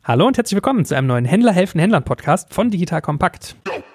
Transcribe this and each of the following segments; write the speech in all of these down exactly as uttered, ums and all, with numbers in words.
Hallo und herzlich willkommen zu einem neuen Händler helfen Händlern Podcast von Digital Kompakt.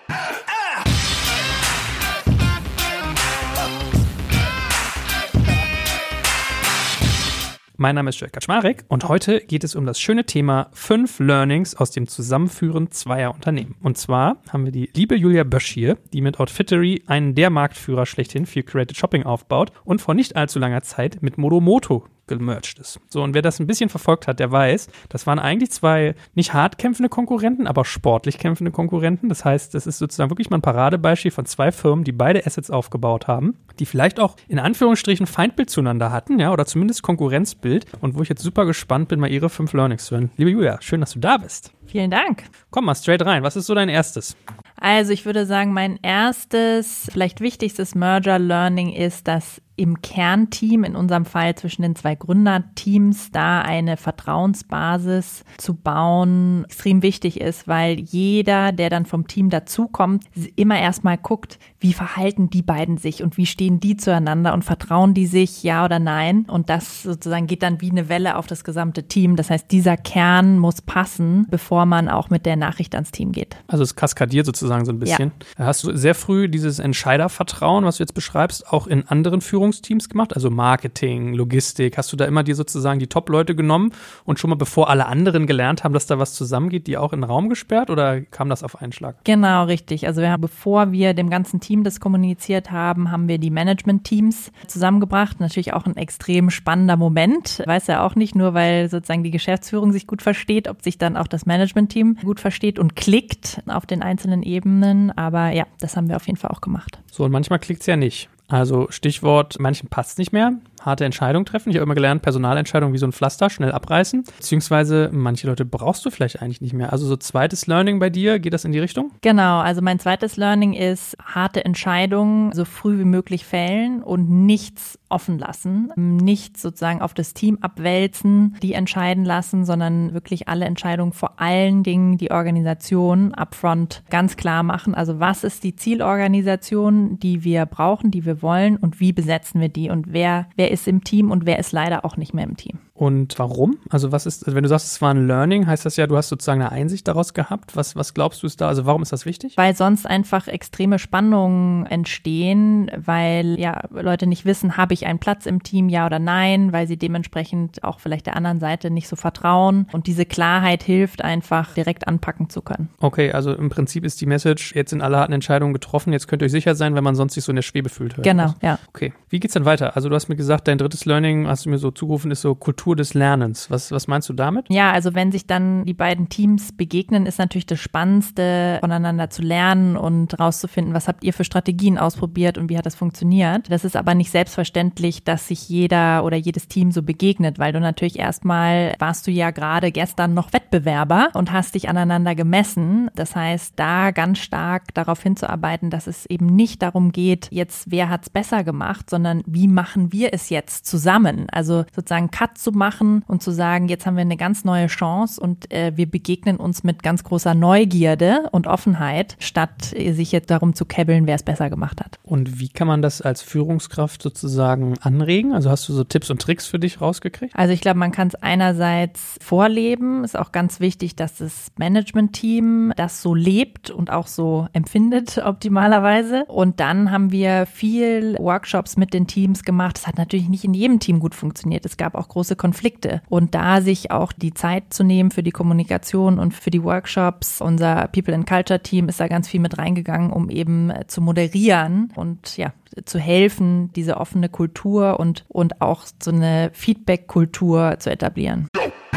Mein Name ist Jörg Kaczmarek und heute geht es um das schöne Thema fünf Learnings aus dem Zusammenführen zweier Unternehmen. Und zwar haben wir die liebe Julia Bösch hier, die mit Outfittery einen der Marktführer schlechthin für Curated Shopping aufbaut und vor nicht allzu langer Zeit mit Modomoto gemerged ist. So, und wer das ein bisschen verfolgt hat, der weiß, das waren eigentlich zwei nicht hart kämpfende Konkurrenten, aber sportlich kämpfende Konkurrenten. Das heißt, das ist sozusagen wirklich mal ein Paradebeispiel von zwei Firmen, die beide Assets aufgebaut haben, die vielleicht auch in Anführungsstrichen Feindbild zueinander hatten, ja, oder zumindest Konkurrenzbild, und wo ich jetzt super gespannt bin, mal ihre fünf Learnings zu hören. Liebe Julia, schön, dass du da bist. Vielen Dank. Komm mal straight rein. Was ist so dein erstes? Also ich würde sagen, mein erstes, vielleicht wichtigstes Merger-Learning ist, dass im Kernteam, in unserem Fall zwischen den zwei Gründerteams, da eine Vertrauensbasis zu bauen, extrem wichtig ist, weil jeder, der dann vom Team dazukommt, immer erstmal guckt, wie verhalten die beiden sich und wie stehen die zueinander und vertrauen die sich, ja oder nein? Und das sozusagen geht dann wie eine Welle auf das gesamte Team. Das heißt, dieser Kern muss passen, bevor man auch mit der Nachricht ans Team geht. Also es kaskadiert sozusagen so ein bisschen. Ja. Hast du sehr früh dieses Entscheidervertrauen, was du jetzt beschreibst, auch in anderen Führungsteams gemacht, also Marketing, Logistik? Hast du da immer dir sozusagen die Top-Leute genommen und schon mal, bevor alle anderen gelernt haben, dass da was zusammengeht, die auch in den Raum gesperrt, oder kam das auf einen Schlag? Genau, richtig. Also wir haben, bevor wir dem ganzen Team das kommuniziert haben, haben wir die Management-Teams zusammengebracht. Natürlich auch ein extrem spannender Moment. Weiß ja auch nicht, nur weil sozusagen die Geschäftsführung sich gut versteht, ob sich dann auch das Management-Team gut versteht und klickt auf den einzelnen Ebenen. Aber ja, das haben wir auf jeden Fall auch gemacht. So, und manchmal klickt es ja nicht. Also Stichwort, manchen passt nicht mehr, harte Entscheidungen treffen. Ich habe immer gelernt, Personalentscheidungen wie so ein Pflaster, schnell abreißen. Beziehungsweise manche Leute brauchst du vielleicht eigentlich nicht mehr. Also so zweites Learning bei dir, geht das in die Richtung? Genau, also mein zweites Learning ist, harte Entscheidungen so früh wie möglich fällen und nichts offen lassen. Nichts sozusagen auf das Team abwälzen, die entscheiden lassen, sondern wirklich alle Entscheidungen, vor allen Dingen die Organisation upfront ganz klar machen. Also was ist die Zielorganisation, die wir brauchen, die wir wollen, und wie besetzen wir die, und wer, wer ist im Team und wer ist leider auch nicht mehr im Team. Und warum? Also was ist, wenn du sagst, es war ein Learning, heißt das ja, du hast sozusagen eine Einsicht daraus gehabt. Was, was glaubst du ist da? Also warum ist das wichtig? Weil sonst einfach extreme Spannungen entstehen, weil ja Leute nicht wissen, habe ich einen Platz im Team, ja oder nein, weil sie dementsprechend auch vielleicht der anderen Seite nicht so vertrauen. Und diese Klarheit hilft einfach, direkt anpacken zu können. Okay, also im Prinzip ist die Message, jetzt sind alle harten Entscheidungen getroffen, jetzt könnt ihr euch sicher sein, wenn man sonst sich so in der Schwebe fühlt. Genau, ja. Okay, wie geht's dann weiter? Also du hast mir gesagt, dein drittes Learning, hast du mir so zugerufen, ist so Kultur des Lernens. Was, was meinst du damit? Ja, also wenn sich dann die beiden Teams begegnen, ist natürlich das Spannendste, voneinander zu lernen und rauszufinden, was habt ihr für Strategien ausprobiert und wie hat das funktioniert. Das ist aber nicht selbstverständlich, dass sich jeder oder jedes Team so begegnet, weil du natürlich erstmal warst du ja gerade gestern noch Wettbewerber und hast dich aneinander gemessen. Das heißt, da ganz stark darauf hinzuarbeiten, dass es eben nicht darum geht, jetzt wer hat's besser gemacht, sondern wie machen wir es jetzt zusammen? Also sozusagen Cut zu machen und zu sagen, jetzt haben wir eine ganz neue Chance und äh, wir begegnen uns mit ganz großer Neugierde und Offenheit, statt äh, sich jetzt darum zu käbbeln, wer es besser gemacht hat. Und wie kann man das als Führungskraft sozusagen anregen? Also hast du so Tipps und Tricks für dich rausgekriegt? Also ich glaube, man kann es einerseits vorleben. Ist auch ganz wichtig, dass das Management-Team das so lebt und auch so empfindet optimalerweise. Und dann haben wir viel Workshops mit den Teams gemacht. Das hat natürlich nicht in jedem Team gut funktioniert. Es gab auch große Konflikte. Und da sich auch die Zeit zu nehmen für die Kommunikation und für die Workshops. Unser People and Culture Team ist da ganz viel mit reingegangen, um eben zu moderieren und ja, zu helfen, diese offene Kultur und, und auch so eine Feedback-Kultur zu etablieren.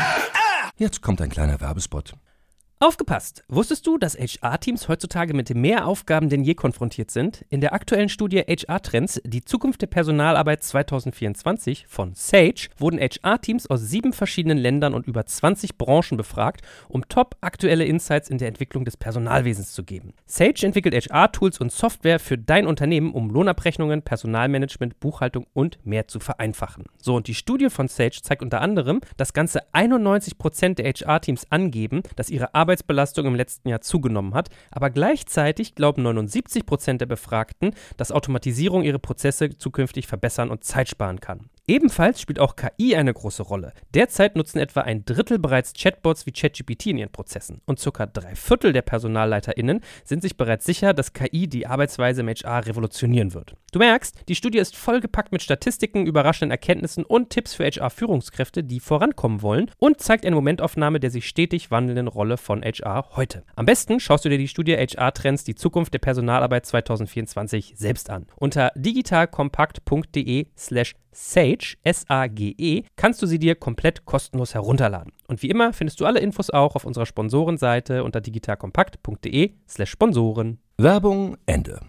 Jetzt kommt ein kleiner Werbespot. Aufgepasst! Wusstest du, dass H R-Teams heutzutage mit mehr Aufgaben denn je konfrontiert sind? In der aktuellen Studie H R-Trends, die Zukunft der Personalarbeit zwanzig vierundzwanzig von Sage, wurden H R-Teams aus sieben verschiedenen Ländern und über zwanzig Branchen befragt, um top aktuelle Insights in der Entwicklung des Personalwesens zu geben. Sage entwickelt H R-Tools und Software für dein Unternehmen, um Lohnabrechnungen, Personalmanagement, Buchhaltung und mehr zu vereinfachen. So, und die Studie von Sage zeigt unter anderem, dass ganze einundneunzig Prozent der H R-Teams angeben, dass ihre Arbeit Arbeitsbelastung im letzten Jahr zugenommen hat, aber gleichzeitig glauben neunundsiebzig Prozent der Befragten, dass Automatisierung ihre Prozesse zukünftig verbessern und Zeit sparen kann. Ebenfalls spielt auch K I eine große Rolle. Derzeit nutzen etwa ein Drittel bereits Chatbots wie ChatGPT in ihren Prozessen und circa drei Viertel der PersonalleiterInnen sind sich bereits sicher, dass K I die Arbeitsweise im H R revolutionieren wird. Du merkst, die Studie ist vollgepackt mit Statistiken, überraschenden Erkenntnissen und Tipps für H R-Führungskräfte, die vorankommen wollen und zeigt eine Momentaufnahme der sich stetig wandelnden Rolle von H R heute. Am besten schaust du dir die Studie H R-Trends, die Zukunft der Personalarbeit zwanzig vierundzwanzig selbst an. Unter digitalkompakt.de slash Sage, S A G E, kannst du sie dir komplett kostenlos herunterladen. Und wie immer findest du alle Infos auch auf unserer Sponsorenseite unter digitalkompakt.de slash Sponsoren. Werbung Ende.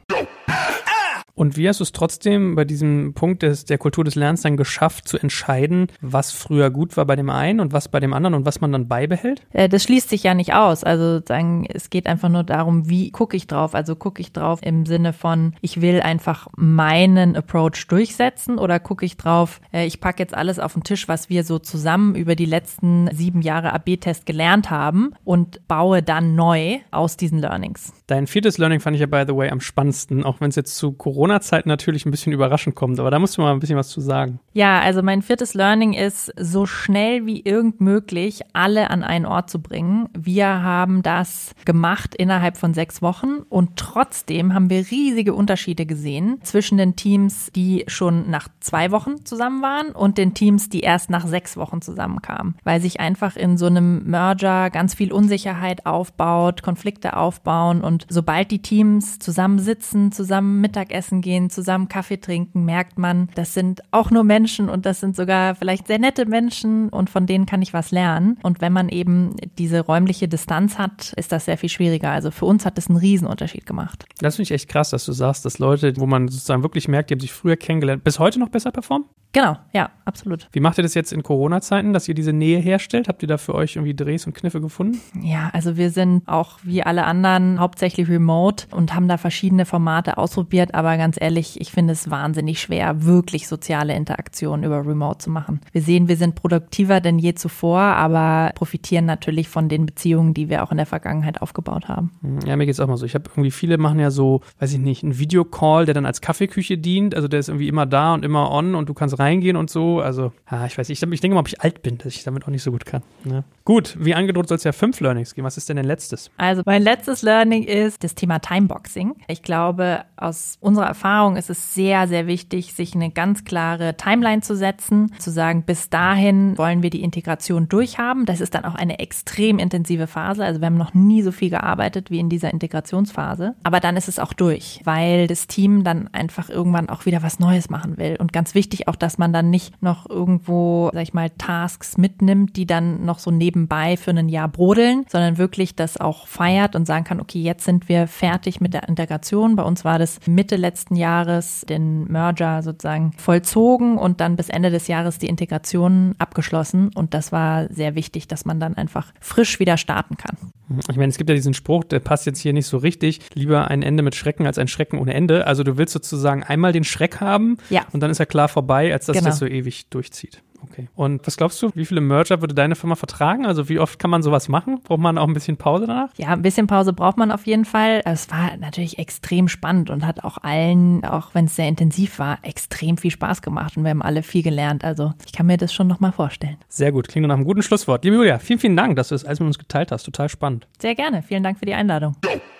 Und wie hast du es trotzdem bei diesem Punkt des, der Kultur des Lernens dann geschafft, zu entscheiden, was früher gut war bei dem einen und was bei dem anderen und was man dann beibehält? Das schließt sich ja nicht aus. Also sozusagen, es geht einfach nur darum, wie gucke ich drauf. Also gucke ich drauf im Sinne von, ich will einfach meinen Approach durchsetzen oder gucke ich drauf, ich packe jetzt alles auf den Tisch, was wir so zusammen über die letzten sieben Jahre A B-Test gelernt haben und baue dann neu aus diesen Learnings. Dein viertes Learning fand ich ja, by the way, am spannendsten, auch wenn es jetzt zu Corona-Zeiten natürlich ein bisschen überraschend kommt. Aber da musst du mal ein bisschen was zu sagen. Ja, also mein viertes Learning ist, so schnell wie irgend möglich alle an einen Ort zu bringen. Wir haben das gemacht innerhalb von sechs Wochen und trotzdem haben wir riesige Unterschiede gesehen zwischen den Teams, die schon nach zwei Wochen zusammen waren und den Teams, die erst nach sechs Wochen zusammenkamen. Weil sich einfach in so einem Merger ganz viel Unsicherheit aufbaut, Konflikte aufbauen und sobald die Teams zusammensitzen, zusammen Mittagessen gehen, zusammen Kaffee trinken, merkt man, das sind auch nur Menschen und das sind sogar vielleicht sehr nette Menschen und von denen kann ich was lernen. Und wenn man eben diese räumliche Distanz hat, ist das sehr viel schwieriger. Also für uns hat das einen Riesenunterschied gemacht. Das finde ich echt krass, dass du sagst, dass Leute, wo man sozusagen wirklich merkt, die haben sich früher kennengelernt, bis heute noch besser performen? Genau, ja, absolut. Wie macht ihr das jetzt in Corona-Zeiten, dass ihr diese Nähe herstellt? Habt ihr da für euch irgendwie Drehs und Kniffe gefunden? Ja, also wir sind auch wie alle anderen hauptsächlich remote und haben da verschiedene Formate ausprobiert, aber ganz ehrlich, ich finde es wahnsinnig schwer, wirklich soziale Interaktionen über Remote zu machen. Wir sehen, wir sind produktiver denn je zuvor, aber profitieren natürlich von den Beziehungen, die wir auch in der Vergangenheit aufgebaut haben. Ja, mir geht's auch mal so. Ich habe irgendwie, viele machen ja so, weiß ich nicht, einen Videocall, der dann als Kaffeeküche dient. Also der ist irgendwie immer da und immer on und du kannst reingehen und so. Also, ja, ich weiß nicht, ich, ich denke mal, ob ich alt bin, dass ich damit auch nicht so gut kann. Ja. Gut, wie angedroht soll es ja fünf Learnings geben. Was ist denn dein letztes? Also mein letztes Learning ist das Thema Timeboxing. Ich glaube, aus unserer Erfahrung ist es sehr, sehr wichtig, sich eine ganz klare Timeline zu setzen, zu sagen, bis dahin wollen wir die Integration durchhaben. Das ist dann auch eine extrem intensive Phase. Also wir haben noch nie so viel gearbeitet wie in dieser Integrationsphase. Aber dann ist es auch durch, weil das Team dann einfach irgendwann auch wieder was Neues machen will. Und ganz wichtig auch, dass man dann nicht noch irgendwo, sag ich mal, Tasks mitnimmt, die dann noch so nebenbei für ein Jahr brodeln, sondern wirklich das auch feiert und sagen kann, okay, jetzt sind wir fertig mit der Integration. Bei uns war das Mitte letzten Jahres den Merger sozusagen vollzogen und dann bis Ende des Jahres die Integration abgeschlossen. Und das war sehr wichtig, dass man dann einfach frisch wieder starten kann. Ich meine, es gibt ja diesen Spruch, der passt jetzt hier nicht so richtig. Lieber ein Ende mit Schrecken als ein Schrecken ohne Ende. Also du willst sozusagen einmal den Schreck haben, ja, und dann ist er klar vorbei, als dass genau. das so ewig durchzieht. Okay. Und was glaubst du, wie viele Merger würde deine Firma vertragen? Also wie oft kann man sowas machen? Braucht man auch ein bisschen Pause danach? Ja, ein bisschen Pause braucht man auf jeden Fall. Es war natürlich extrem spannend und hat auch allen, auch wenn es sehr intensiv war, extrem viel Spaß gemacht und wir haben alle viel gelernt. Also ich kann mir das schon nochmal vorstellen. Sehr gut, klingt nach einem guten Schlusswort. Liebe Julia, vielen, vielen Dank, dass du das alles mit uns geteilt hast. Total spannend. Sehr gerne. Vielen Dank für die Einladung.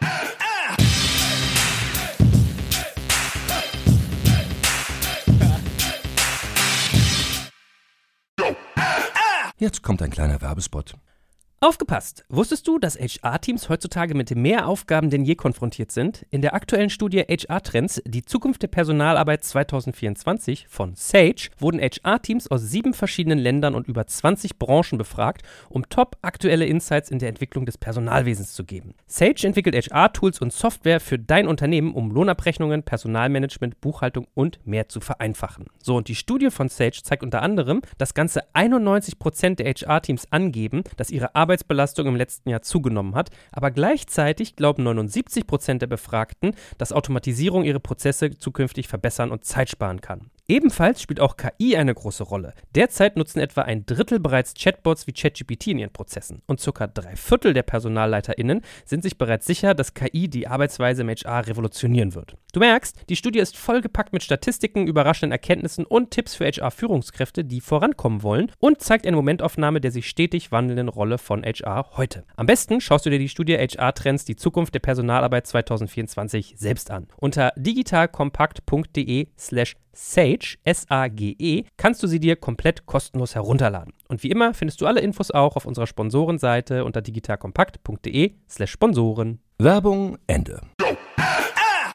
Jetzt kommt ein kleiner Werbespot. Aufgepasst! Wusstest du, dass H R-Teams heutzutage mit mehr Aufgaben denn je konfrontiert sind? In der aktuellen Studie H R-Trends, die Zukunft der Personalarbeit zwanzig vierundzwanzig von Sage, wurden H R-Teams aus sieben verschiedenen Ländern und über zwanzig Branchen befragt, um top aktuelle Insights in der Entwicklung des Personalwesens zu geben. Sage entwickelt H R-Tools und Software für dein Unternehmen, um Lohnabrechnungen, Personalmanagement, Buchhaltung und mehr zu vereinfachen. So, und die Studie von Sage zeigt unter anderem, dass ganze einundneunzig Prozent der H R-Teams angeben, dass ihre Arbeit Arbeitsbelastung im letzten Jahr zugenommen hat, aber gleichzeitig glauben neunundsiebzig Prozent der Befragten, dass Automatisierung ihre Prozesse zukünftig verbessern und Zeit sparen kann. Ebenfalls spielt auch K I eine große Rolle. Derzeit nutzen etwa ein Drittel bereits Chatbots wie ChatGPT in ihren Prozessen und circa drei Viertel der PersonalleiterInnen sind sich bereits sicher, dass K I die Arbeitsweise im H R revolutionieren wird. Du merkst, die Studie ist vollgepackt mit Statistiken, überraschenden Erkenntnissen und Tipps für H R-Führungskräfte, die vorankommen wollen und zeigt eine Momentaufnahme der sich stetig wandelnden Rolle von H R heute. Am besten schaust du dir die Studie H R-Trends, die Zukunft der Personalarbeit zwanzig vierundzwanzig selbst an. Unter digitalkompakt.de slash Sage, S A G E, kannst du sie dir komplett kostenlos herunterladen. Und wie immer findest du alle Infos auch auf unserer Sponsorenseite unter digitalkompakt.de slash Sponsoren. Werbung Ende.